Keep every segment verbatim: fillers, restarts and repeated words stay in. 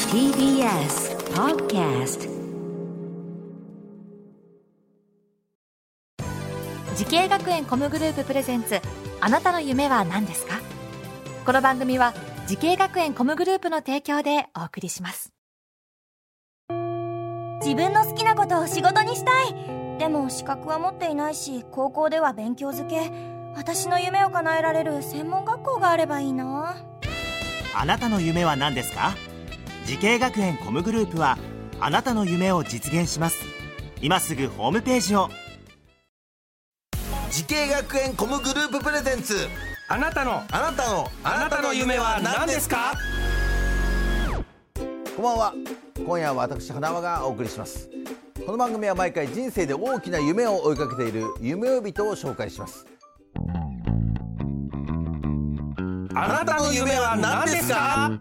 ティービーエス Podcast。 時系学園コムグループプレゼンツ、あなたの夢は何ですか？この番組は時系学園コムグループの提供でお送りします。 自分の好きなことを仕事にしたい。でも資格は持っていないし、高校では勉強づけ。私の夢を叶えられる専門学校があればいいな。 あなたの夢は何ですか？時系学園コムグループはあなたの夢を実現します。今すぐホームページを。 時系学園コムグループプレゼンツ、 あなたのあなたのあなたの夢は何ですか？ こんばんは。今夜は私花輪がお送りします。この番組は毎回人生で大きな夢を追いかけている夢追い人を紹介します。 あなたの夢は何ですか？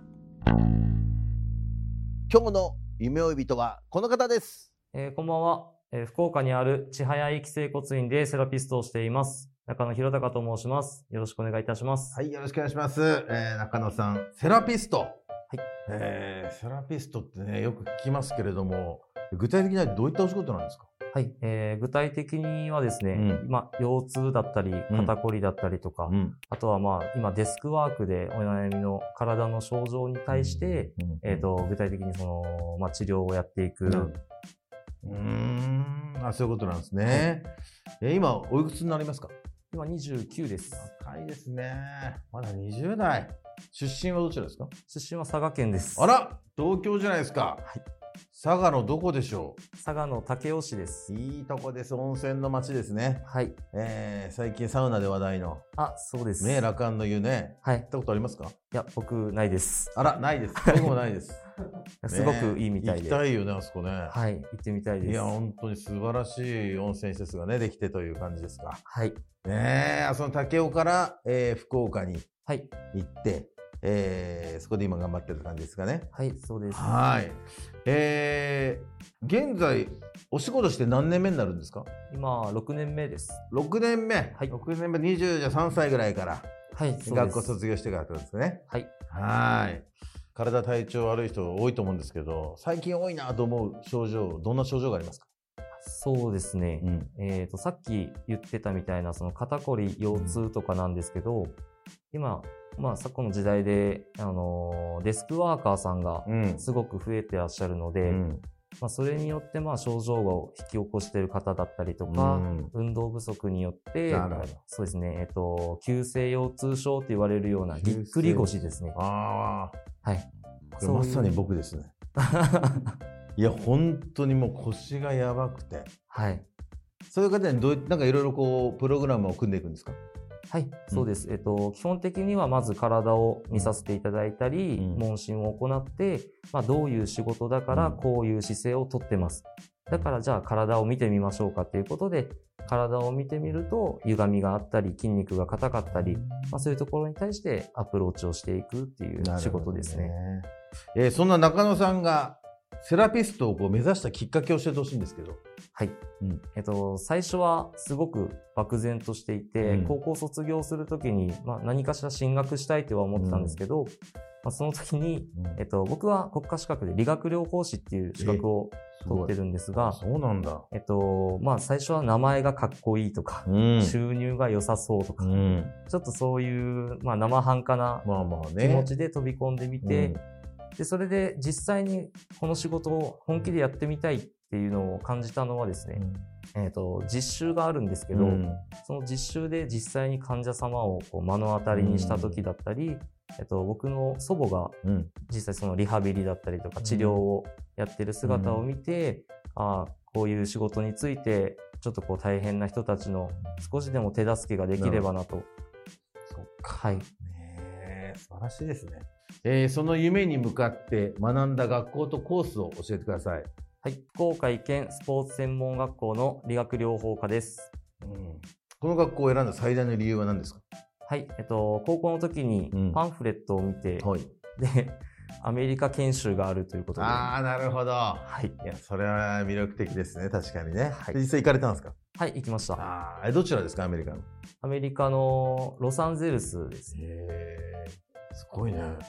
今日の夢追い人はこの方です。 えー、こんばんは、えー。福岡にある千早駅整骨院でセラピストをしています。中野博隆と申します。よろしくお願いいたします。 はい、よろしくお願いします。えー、中野さん、セラピスト。はい。えー、セラピストってね、よく聞きますけれども、具体的にはどういったお仕事なんですか？ はい、えー、具体的にはですね、うん、まあ、腰痛だったり、肩こりだったりとか、うん、あとはまあ、今デスクワークでお悩みの体の症状に対して、うん、えっと、具体的にその、まあ、治療をやっていく。うん、 うーん、あ、そういうことなんですね。はい、えー、今、おいくつになりますか？ 今にじゅうきゅうです。 若いですね。まだにじゅう代。出身はどちらですか？ 出身は佐賀県です。 あら、東京じゃないですか。はい。佐賀のどこでしょう？ 佐賀の武雄市です。 いいとこです。温泉の町ですね。 はい。 えー、最近サウナで話題の。 あ、そうです。 ね、羅漢の湯ね。 はい。 行ったことありますか？ いや、僕ないです。 あら、ないです。僕もないです。 すごくいいみたいで。 行きたいよね、あそこね。 はい、行ってみたいです。 いや、本当に素晴らしい温泉施設がね、できてという感じですか。 はい。 ねえ、その武雄から、えー、福岡に行って、 はい、 えー、そこで今頑張ってる感じですかね。 はい、そうです。 はい。えー、現在、お仕事して何年目になるんですか？ 今、ろくねんめです。 ろくねんめ。 はい。 ろくねんめ、にじゅうさんさいぐらいから。 はい、そうです。 学校卒業してからってことですね。 はい。 はい。体体調悪い人多いと思うんですけど、最近多いなと思う症状、どんな症状がありますか？ そうですね。うん、えっと、さっき言ってたみたいな、その肩こり、腰痛とかなんですけど、今、まあ、昨今の時代で、あのー、デスクワーカーさんがすごく増えてらっしゃるので、うん、まあ、それによって、まあ、症状を引き起こしている方だったりとか、うん、運動不足によって、そうですね、えっと、急性腰痛症と言われるようなぎっくり腰ですね。 ああ。はい。 これまさに僕ですね。いや、本当にもう腰がやばくて。 はい。 そういう方にどうなんかいろいろこう、プログラムを組んでいくんですか？ はい、そうです。うん、えっと、基本的にはまず体を見させていただいたり、うん、問診を行って、まあ、どういう仕事だからこういう姿勢をとってます。だからじゃあ体を見てみましょうかということで、体を見てみると歪みがあったり、筋肉が硬かったり、まあ、そういうところに対してアプローチをしていくっていう仕事ですね。 ねえー、そんな中野さんがセラピストをこう目指したきっかけを教えてほしいんですけど。 はい。うん、えっと、最初はすごく漠然としていて、うん、高校卒業するときに、まあ、何かしら進学したいとは思ってたんですけど、うん、まあ、その時に、うん、えっと、僕は国家資格で理学療法士っていう資格を取ってるんですが、 そうなんだ。 えっと、まあ、最初は名前がかっこいいとか、うん、収入が良さそうとか、うん、ちょっとそういう、まあ、生半可な気持ちで飛び込んでみて、まあまあね、で、それで実際にこの仕事を本気でやってみたいっていうのを感じたのはですね、うん、えっと、実習があるんですけど、うん、その実習で実際に患者様をこう目の当たりにした時だったり、うん、えっと、僕の祖母が実際そのリハビリだったりとか治療をやってる姿を見て、うん、ああ、こういう仕事についてちょっとこう大変な人たちの少しでも手助けができればなと。 そっか。 はい。 ねえ、素晴らしいですね。えー、その夢に向かって学んだ学校とコースを教えてください。 はい、福岡医研スポーツ専門学校の理学療法科です。 うん、この学校を選んだ最大の理由は何ですか？ はい、えっと、高校の時にパンフレットを見て、うん、はい、で、アメリカ研修があるということで。 ああ、なるほど。 はい。 いや、それは魅力的ですね、確かにね。 はい、 実際行かれたんですか？ はい、行きました。 ああ、どちらですか、アメリカの？ アメリカのロサンゼルスです。 へえ、すごいね。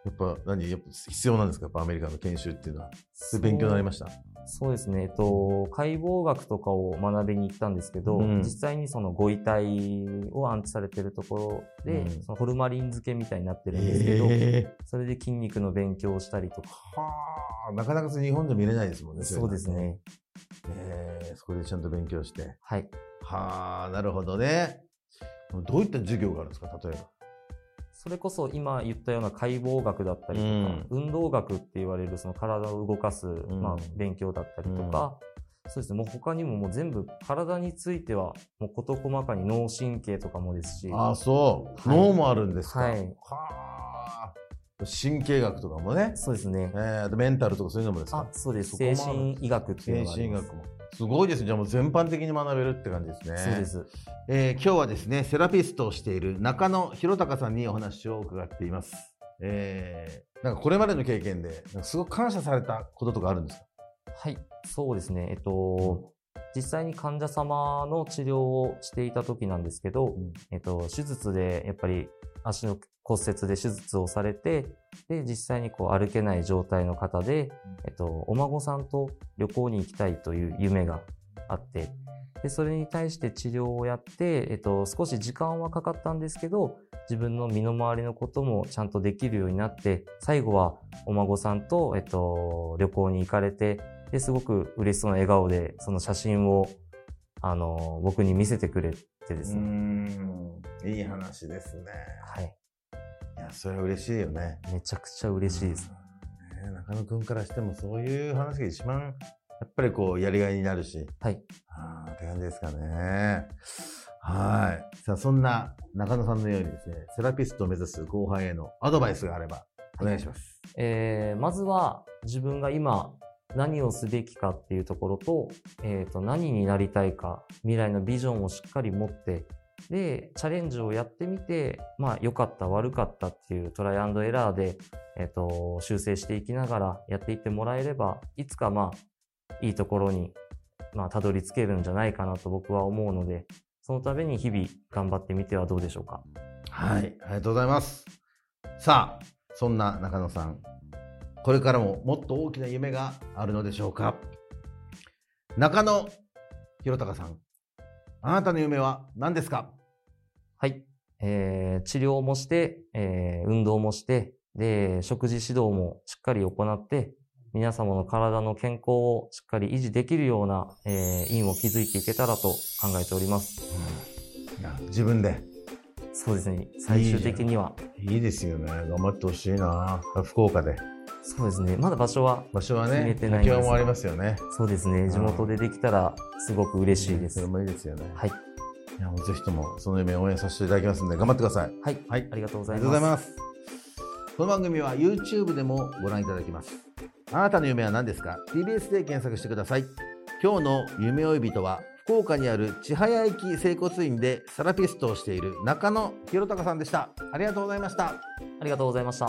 やっぱ何やっぱ必要なんですか？やっぱアメリカの研修っていうのは。それ勉強になりました？ そうですね。えっと、解剖学とかを学びに行ったんですけど、うん、実際にそのご遺体を安置されているところで、うん、そのホルマリン漬けみたいになってるんですけど、それで筋肉の勉強をしたりとか。 はあ、なかなか日本で見れないですもんね。 そうですね。 えー、そこでちゃんと勉強して。 はい。 はあ、なるほどね。どういった授業があるんですか、例えば。 それこそ今言ったような解剖学だったりとか、うん、運動学って言われるその体を動かす、うん、まあ、勉強だったりとか、うん、そうですね、もう他にももう全部体についてはもう事細かに脳神経とかもですし。 ああ、そう、はい、脳もあるんですか。 はい。 はあ。神経学とかもね。 そうですね。 えー、あとメンタルとかそういうのもですか。 あ、そうです。精神医学っていうのがあります。 精神医学も。すごいですね。じゃあもう全般的に学べるって感じですね。 そうです。 えー、今日はですね、セラピストをしている中野博隆さんにお話を伺っています。えー、なんかこれまでの経験で、すごく感謝されたこととかあるんですか？ はい、そうですね。えっと、実際に患者様の治療をしていた時なんですけど、うん、えっと、手術でやっぱり足の骨折で手術をされて、で、実際にこう歩けない状態の方で、えっと、お孫さんと旅行に行きたいという夢があって、で、それに対して治療をやって、えっと、少し時間はかかったんですけど、自分の身の回りのこともちゃんとできるようになって、最後はお孫さんと、えっと、旅行に行かれて、で、すごく嬉しそうな笑顔で、その写真を、あの、僕に見せてくれてですね。 うーん、いい話ですね。 はい。 いや、それは嬉しいよね。 めちゃくちゃ嬉しいです。 ね、中野くんからしてもそういう話が一番やっぱりこうやりがいになるし。 はい。 ああ、って感じですかね。はい。さあ、そんな中野さんのようにですね、セラピストを目指す後輩へのアドバイスがあればお願いします。 はい、えー、まずは自分が今何をすべきかっていうところと、えっと、何になりたいか、未来のビジョンをしっかり持って、で、チャレンジをやってみて、まあ、良かった、悪かったっていうトライアンドエラーで、えっと、修正していきながらやっていってもらえれば、いつかまあ、いいところに、まあ、たどり着けるんじゃないかなと僕は思うので、そのために日々頑張ってみてはどうでしょうか。 はい、ありがとうございます。さあ、そんな中野さん、これからももっと大きな夢があるのでしょうか。中野博隆さん、あなたの夢は何ですか？ はい、えー、治療もして、えー、運動もして、で、食事指導もしっかり行って、皆様の体の健康をしっかり維持できるような、えー、因を築いていけたらと考えております。 うん、いや、自分で。 そうですね。最終的には。 いい、いいですよね。頑張ってほしいな。福岡で。 そうですね。まだ場所は場所はね、 決めてないんですが。 もありますよね。 そうですね。地元でできたらすごく嬉しいです。 それもいいですよね。 はい。 いや、もうぜひともその夢を応援させていただきますので頑張ってください。 はい。はい。ありがとうございます。 ありがとうございます。この番組は YouTube でもご覧いただけます。あなたの夢は何ですか？ ティービーエス で検索してください。今日の夢追い人は福岡にある千早駅整骨院でセラピストをしている中野博隆さんでした。ありがとうございました。 ありがとうございました。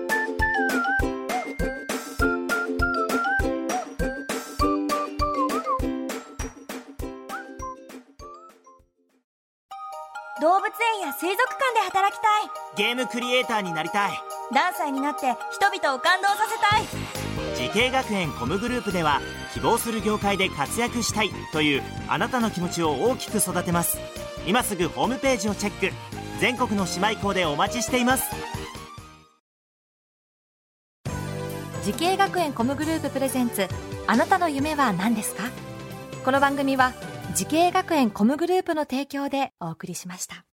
動物園や水族館で働きたい。 ゲームクリエイターになりたい。 何歳になって人々を感動させたい。 時系学園コムグループでは希望する業界で活躍したいというあなたの気持ちを大きく育てます。今すぐホームページをチェック。全国の姉妹校でお待ちしています。 時系学園コムグループプレゼンツ、あなたの夢は何ですか？この番組は時系学園コムグループの提供でお送りしました。